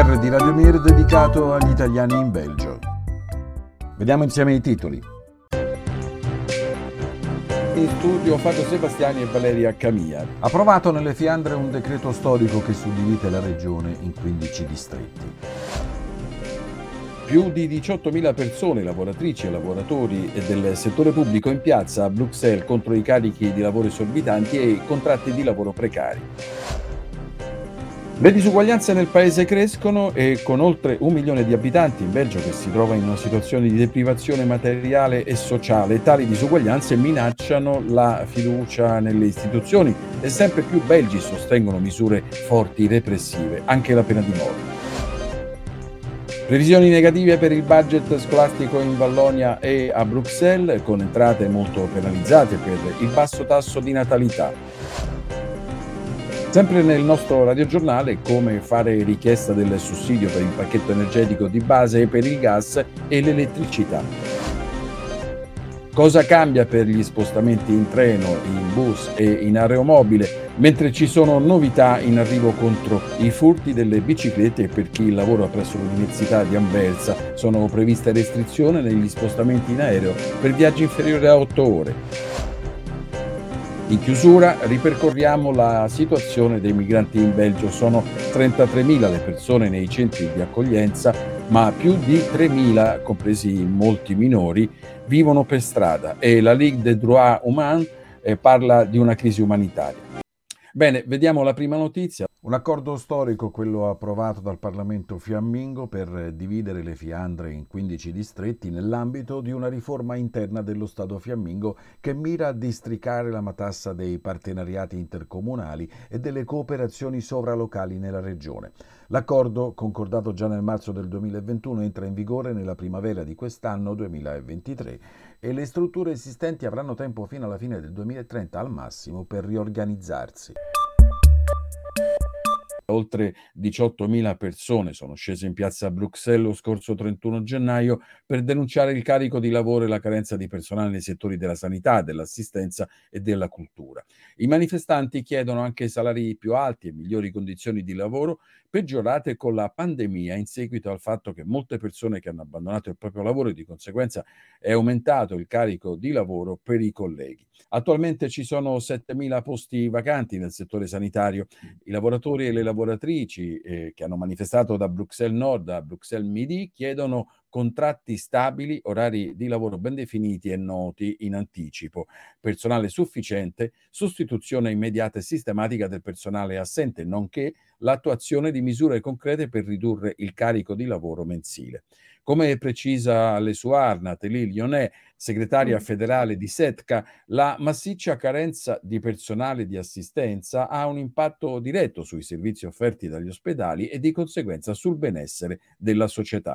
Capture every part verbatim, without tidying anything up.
G R di Radio Mir dedicato agli italiani in Belgio. Vediamo insieme i titoli. In studio Fabio Sebastiani e Valeria Camia. Approvato nelle Fiandre un decreto storico che suddivide la regione in quindici distretti. Più di diciottomila persone, lavoratrici e lavoratori del settore pubblico in piazza a Bruxelles contro i carichi di lavoro esorbitanti e i contratti di lavoro precari. Le disuguaglianze nel paese crescono e con oltre un milione di abitanti in Belgio che si trova in una situazione di deprivazione materiale e sociale, tali disuguaglianze minacciano la fiducia nelle istituzioni e sempre più belgi sostengono misure forti repressive, anche la pena di morte. Previsioni negative per il budget scolastico in Vallonia e a Bruxelles, con entrate molto penalizzate per il basso tasso di natalità. Sempre nel nostro radiogiornale, come fare richiesta del sussidio per il pacchetto energetico di base per il gas e l'elettricità. Cosa cambia per gli spostamenti in treno, in bus e in aeromobile, mentre ci sono novità in arrivo contro i furti delle biciclette e per chi lavora presso l'Università di Anversa. Sono previste restrizioni negli spostamenti in aereo per viaggi inferiori a otto ore. In chiusura ripercorriamo la situazione dei migranti in Belgio. Sono trentatremila le persone nei centri di accoglienza, ma più di tremila, compresi molti minori, vivono per strada e la Ligue des Droits Humains eh, parla di una crisi umanitaria. Bene, vediamo la prima notizia. Un accordo storico, quello approvato dal Parlamento fiammingo per dividere le Fiandre in quindici distretti nell'ambito di una riforma interna dello Stato fiammingo che mira a districare la matassa dei partenariati intercomunali e delle cooperazioni sovralocali nella regione. L'accordo, concordato già nel marzo del duemilaventuno, entra in vigore nella primavera di quest'anno duemilaventitré e le strutture esistenti avranno tempo fino alla fine del duemilatrenta al massimo per riorganizzarsi. Oltre diciottomila persone sono scese in piazza a Bruxelles lo scorso trentuno gennaio per denunciare il carico di lavoro e la carenza di personale nei settori della sanità, dell'assistenza e della cultura. I manifestanti chiedono anche salari più alti e migliori condizioni di lavoro, peggiorate con la pandemia in seguito al fatto che molte persone che hanno abbandonato il proprio lavoro e di conseguenza è aumentato il carico di lavoro per i colleghi. Attualmente ci sono settemila posti vacanti nel settore sanitario. I lavoratori e le lavoratrici eh, che hanno manifestato da Bruxelles Nord a Bruxelles Midi chiedono contratti stabili, orari di lavoro ben definiti e noti in anticipo, personale sufficiente, sostituzione immediata e sistematica del personale assente, nonché l'attuazione di misure concrete per ridurre il carico di lavoro mensile. Come precisa Lesuar Nathalie Lyonnais, segretaria federale di SETCA, la massiccia carenza di personale di assistenza ha un impatto diretto sui servizi offerti dagli ospedali e di conseguenza sul benessere della società.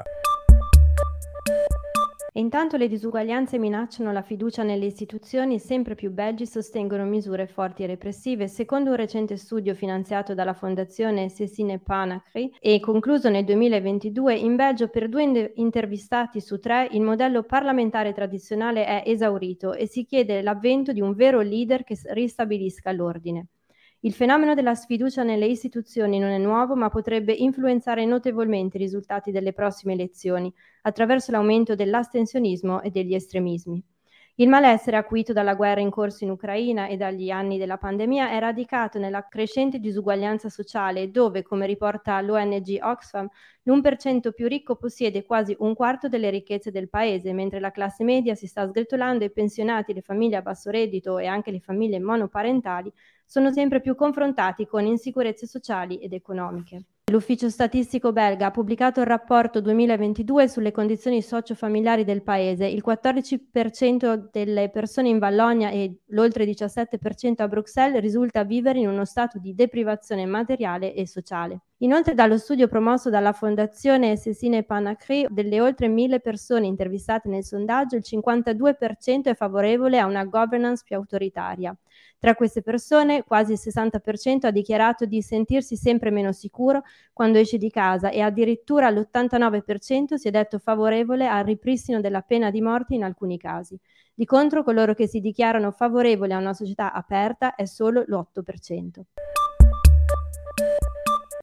E intanto le disuguaglianze minacciano la fiducia nelle istituzioni, sempre più belgi sostengono misure forti e repressive. Secondo un recente studio finanziato dalla fondazione Cécile Panacri e concluso nel duemilaventidue, in Belgio per due intervistati su tre il modello parlamentare tradizionale è esaurito e si chiede l'avvento di un vero leader che ristabilisca l'ordine. Il fenomeno della sfiducia nelle istituzioni non è nuovo, ma potrebbe influenzare notevolmente i risultati delle prossime elezioni, attraverso l'aumento dell'astensionismo e degli estremismi. Il malessere acuito dalla guerra in corso in Ucraina e dagli anni della pandemia è radicato nella crescente disuguaglianza sociale dove, come riporta l'O N G Oxfam, l'uno per cento più ricco possiede quasi un quarto delle ricchezze del paese, mentre la classe media si sta sgretolando e i pensionati, le famiglie a basso reddito e anche le famiglie monoparentali sono sempre più confrontati con insicurezze sociali ed economiche. L'Ufficio Statistico belga ha pubblicato il rapporto duemilaventidue sulle condizioni socio-familiari del paese. Il quattordici per cento delle persone in Vallonia e l'oltre diciassette per cento a Bruxelles risulta vivere in uno stato di deprivazione materiale e sociale. Inoltre, dallo studio promosso dalla Fondazione Cécile Panacri, delle oltre mille persone intervistate nel sondaggio, il cinquantadue per cento è favorevole a una governance più autoritaria. Tra queste persone, quasi il sessanta per cento ha dichiarato di sentirsi sempre meno sicuro quando esce di casa e addirittura l'ottantanove per cento si è detto favorevole al ripristino della pena di morte in alcuni casi. Di contro, coloro che si dichiarano favorevoli a una società aperta è solo l'otto per cento.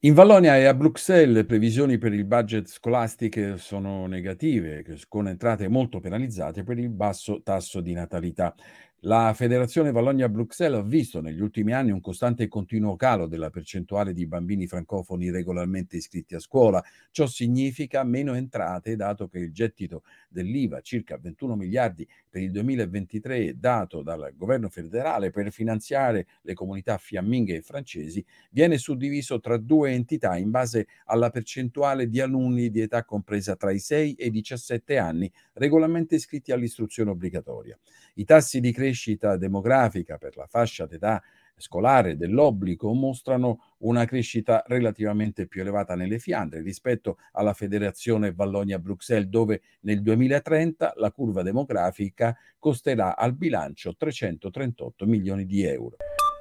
In Vallonia e a Bruxelles le previsioni per il budget scolastiche sono negative, che- con entrate molto penalizzate per il basso tasso di natalità. La Federazione Vallonia-Bruxelles ha visto negli ultimi anni un costante e continuo calo della percentuale di bambini francofoni regolarmente iscritti a scuola. Ciò significa meno entrate, dato che il gettito dell'I V A, circa ventuno miliardi per il duemilaventitré, dato dal governo federale per finanziare le comunità fiamminghe e francesi, viene suddiviso tra due entità in base alla percentuale di alunni di età compresa tra i sei e i diciassette anni regolarmente iscritti all'istruzione obbligatoria. I tassi di crescita demografica per la fascia d'età scolare dell'obbligo mostrano una crescita relativamente più elevata nelle Fiandre rispetto alla Federazione Vallonia-Bruxelles, dove nel duemilatrenta la curva demografica costerà al bilancio trecentotrentotto milioni di euro.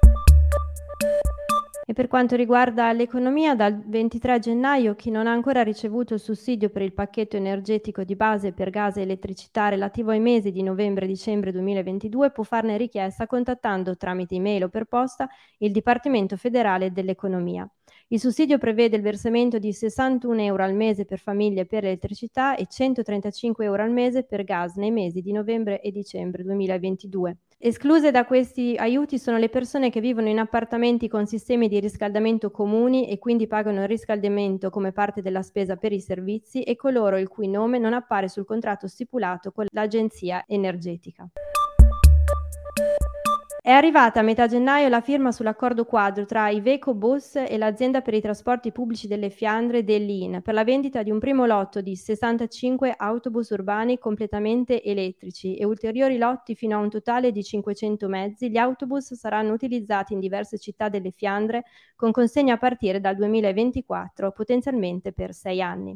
E per quanto riguarda l'economia, dal ventitré gennaio chi non ha ancora ricevuto il sussidio per il pacchetto energetico di base per gas e elettricità relativo ai mesi di novembre e dicembre duemilaventidue può farne richiesta contattando tramite email o per posta il Dipartimento federale dell'economia. Il sussidio prevede il versamento di sessantuno euro al mese per famiglie per elettricità e centotrentacinque euro al mese per gas nei mesi di novembre e dicembre duemilaventidue. Escluse da questi aiuti sono le persone che vivono in appartamenti con sistemi di riscaldamento comuni e quindi pagano il riscaldamento come parte della spesa per i servizi e coloro il cui nome non appare sul contratto stipulato con l'agenzia energetica. È arrivata a metà gennaio la firma sull'accordo quadro tra Iveco Bus e l'azienda per i trasporti pubblici delle Fiandre dell'I N per la vendita di un primo lotto di sessantacinque autobus urbani completamente elettrici e ulteriori lotti fino a un totale di cinquecento mezzi. Gli autobus saranno utilizzati in diverse città delle Fiandre con consegna a partire dal duemilaventiquattro, potenzialmente per sei anni.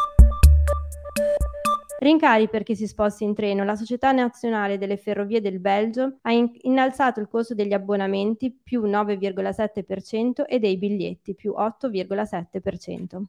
Rincari per chi si sposta in treno. La Società Nazionale delle Ferrovie del Belgio ha in- innalzato il costo degli abbonamenti più nove virgola sette per cento e dei biglietti più otto virgola sette per cento.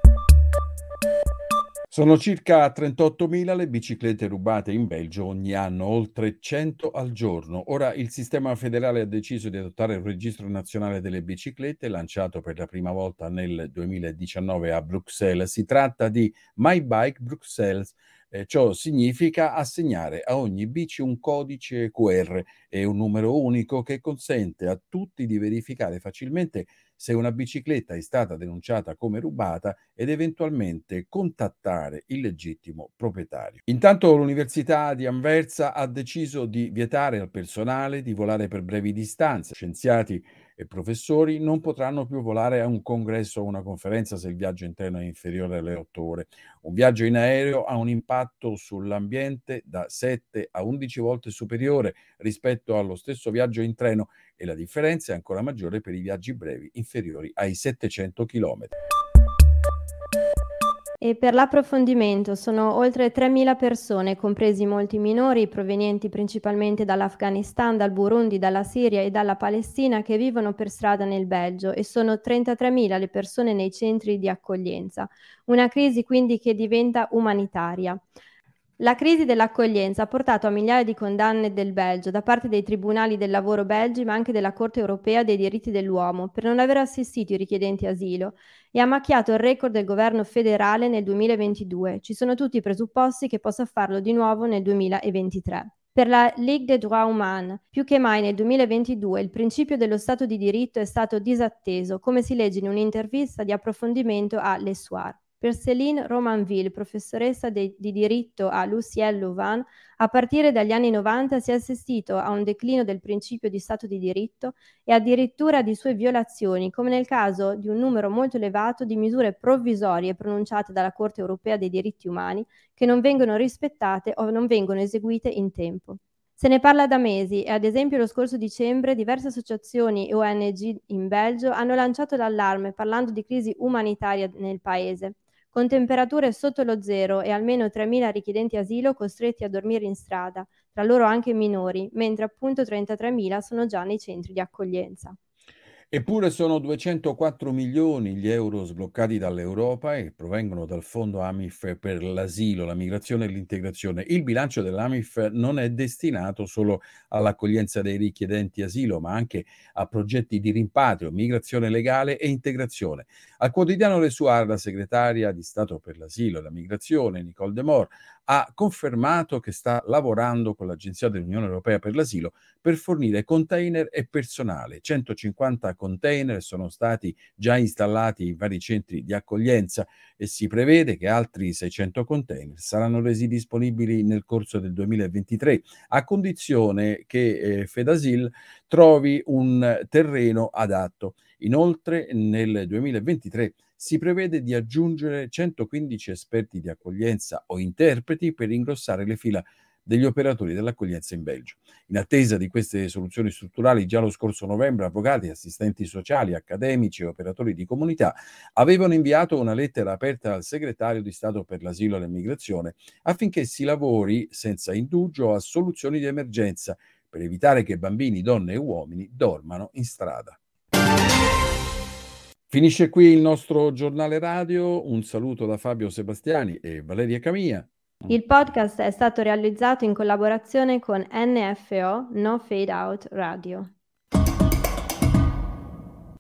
Sono circa trentottomila le biciclette rubate in Belgio ogni anno, oltre cento al giorno. Ora il sistema federale ha deciso di adottare un registro nazionale delle biciclette, lanciato per la prima volta nel duemiladiciannove a Bruxelles. Si tratta di My Bike Bruxelles. Eh, ciò significa assegnare a ogni bici un codice Q R e un numero unico che consente a tutti di verificare facilmente se una bicicletta è stata denunciata come rubata ed eventualmente contattare il legittimo proprietario. Intanto l'Università di Anversa ha deciso di vietare al personale di volare per brevi distanze. Scienziati e professori non potranno più volare a un congresso o una conferenza se il viaggio interno è inferiore alle otto ore. Un viaggio in aereo ha un impatto sull'ambiente da sette a undici volte superiore rispetto allo stesso viaggio in treno e la differenza è ancora maggiore per i viaggi brevi inferiori ai settecento chilometri. E per l'approfondimento sono oltre tremila persone, compresi molti minori, provenienti principalmente dall'Afghanistan, dal Burundi, dalla Siria e dalla Palestina, che vivono per strada nel Belgio e sono trentatremila le persone nei centri di accoglienza. Una crisi quindi che diventa umanitaria. La crisi dell'accoglienza ha portato a migliaia di condanne del Belgio da parte dei tribunali del lavoro belgi, ma anche della Corte europea dei diritti dell'uomo, per non aver assistito i richiedenti asilo e ha macchiato il record del governo federale nel duemilaventidue. Ci sono tutti i presupposti che possa farlo di nuovo nel duemilaventitré. Per la Ligue des droits humains, più che mai nel duemilaventidue il principio dello Stato di diritto è stato disatteso, come si legge in un'intervista di approfondimento a Le Soir. Per Céline Romanville, professoressa de- di diritto a l'U C L Louvain, a partire dagli anni novanta si è assistito a un declino del principio di Stato di diritto e addirittura di sue violazioni, come nel caso di un numero molto elevato di misure provvisorie pronunciate dalla Corte europea dei diritti umani che non vengono rispettate o non vengono eseguite in tempo. Se ne parla da mesi e ad esempio lo scorso dicembre diverse associazioni e O N G in Belgio hanno lanciato l'allarme parlando di crisi umanitaria nel paese, con temperature sotto lo zero e almeno tremila richiedenti asilo costretti a dormire in strada, tra loro anche minori, mentre appunto trentatremila sono già nei centri di accoglienza. Eppure sono duecentoquattro milioni gli euro sbloccati dall'Europa e provengono dal fondo AMIF per l'asilo, la migrazione e l'integrazione. Il bilancio dell'AMIF non è destinato solo all'accoglienza dei richiedenti asilo, ma anche a progetti di rimpatrio, migrazione legale e integrazione. Al quotidiano Le Soir, la segretaria di Stato per l'asilo e la migrazione, Nicole Demore, ha confermato che sta lavorando con l'Agenzia dell'Unione Europea per l'asilo per fornire container e personale. centocinquanta container sono stati già installati in vari centri di accoglienza e si prevede che altri seicento container saranno resi disponibili nel corso del duemilaventitré, a condizione che eh, Fedasil trovi un terreno adatto. Inoltre, nel duemilaventitré si prevede di aggiungere centoquindici esperti di accoglienza o interpreti per ingrossare le fila degli operatori dell'accoglienza in Belgio. In attesa di queste soluzioni strutturali, già lo scorso novembre avvocati, assistenti sociali, accademici e operatori di comunità avevano inviato una lettera aperta al segretario di Stato per l'asilo e l'immigrazione affinché si lavori senza indugio a soluzioni di emergenza per evitare che bambini, donne e uomini dormano in strada. Finisce qui il nostro giornale radio. Un saluto da Fabio Sebastiani e Valeria Camia. Il podcast è stato realizzato in collaborazione con N F O No Fade Out Radio.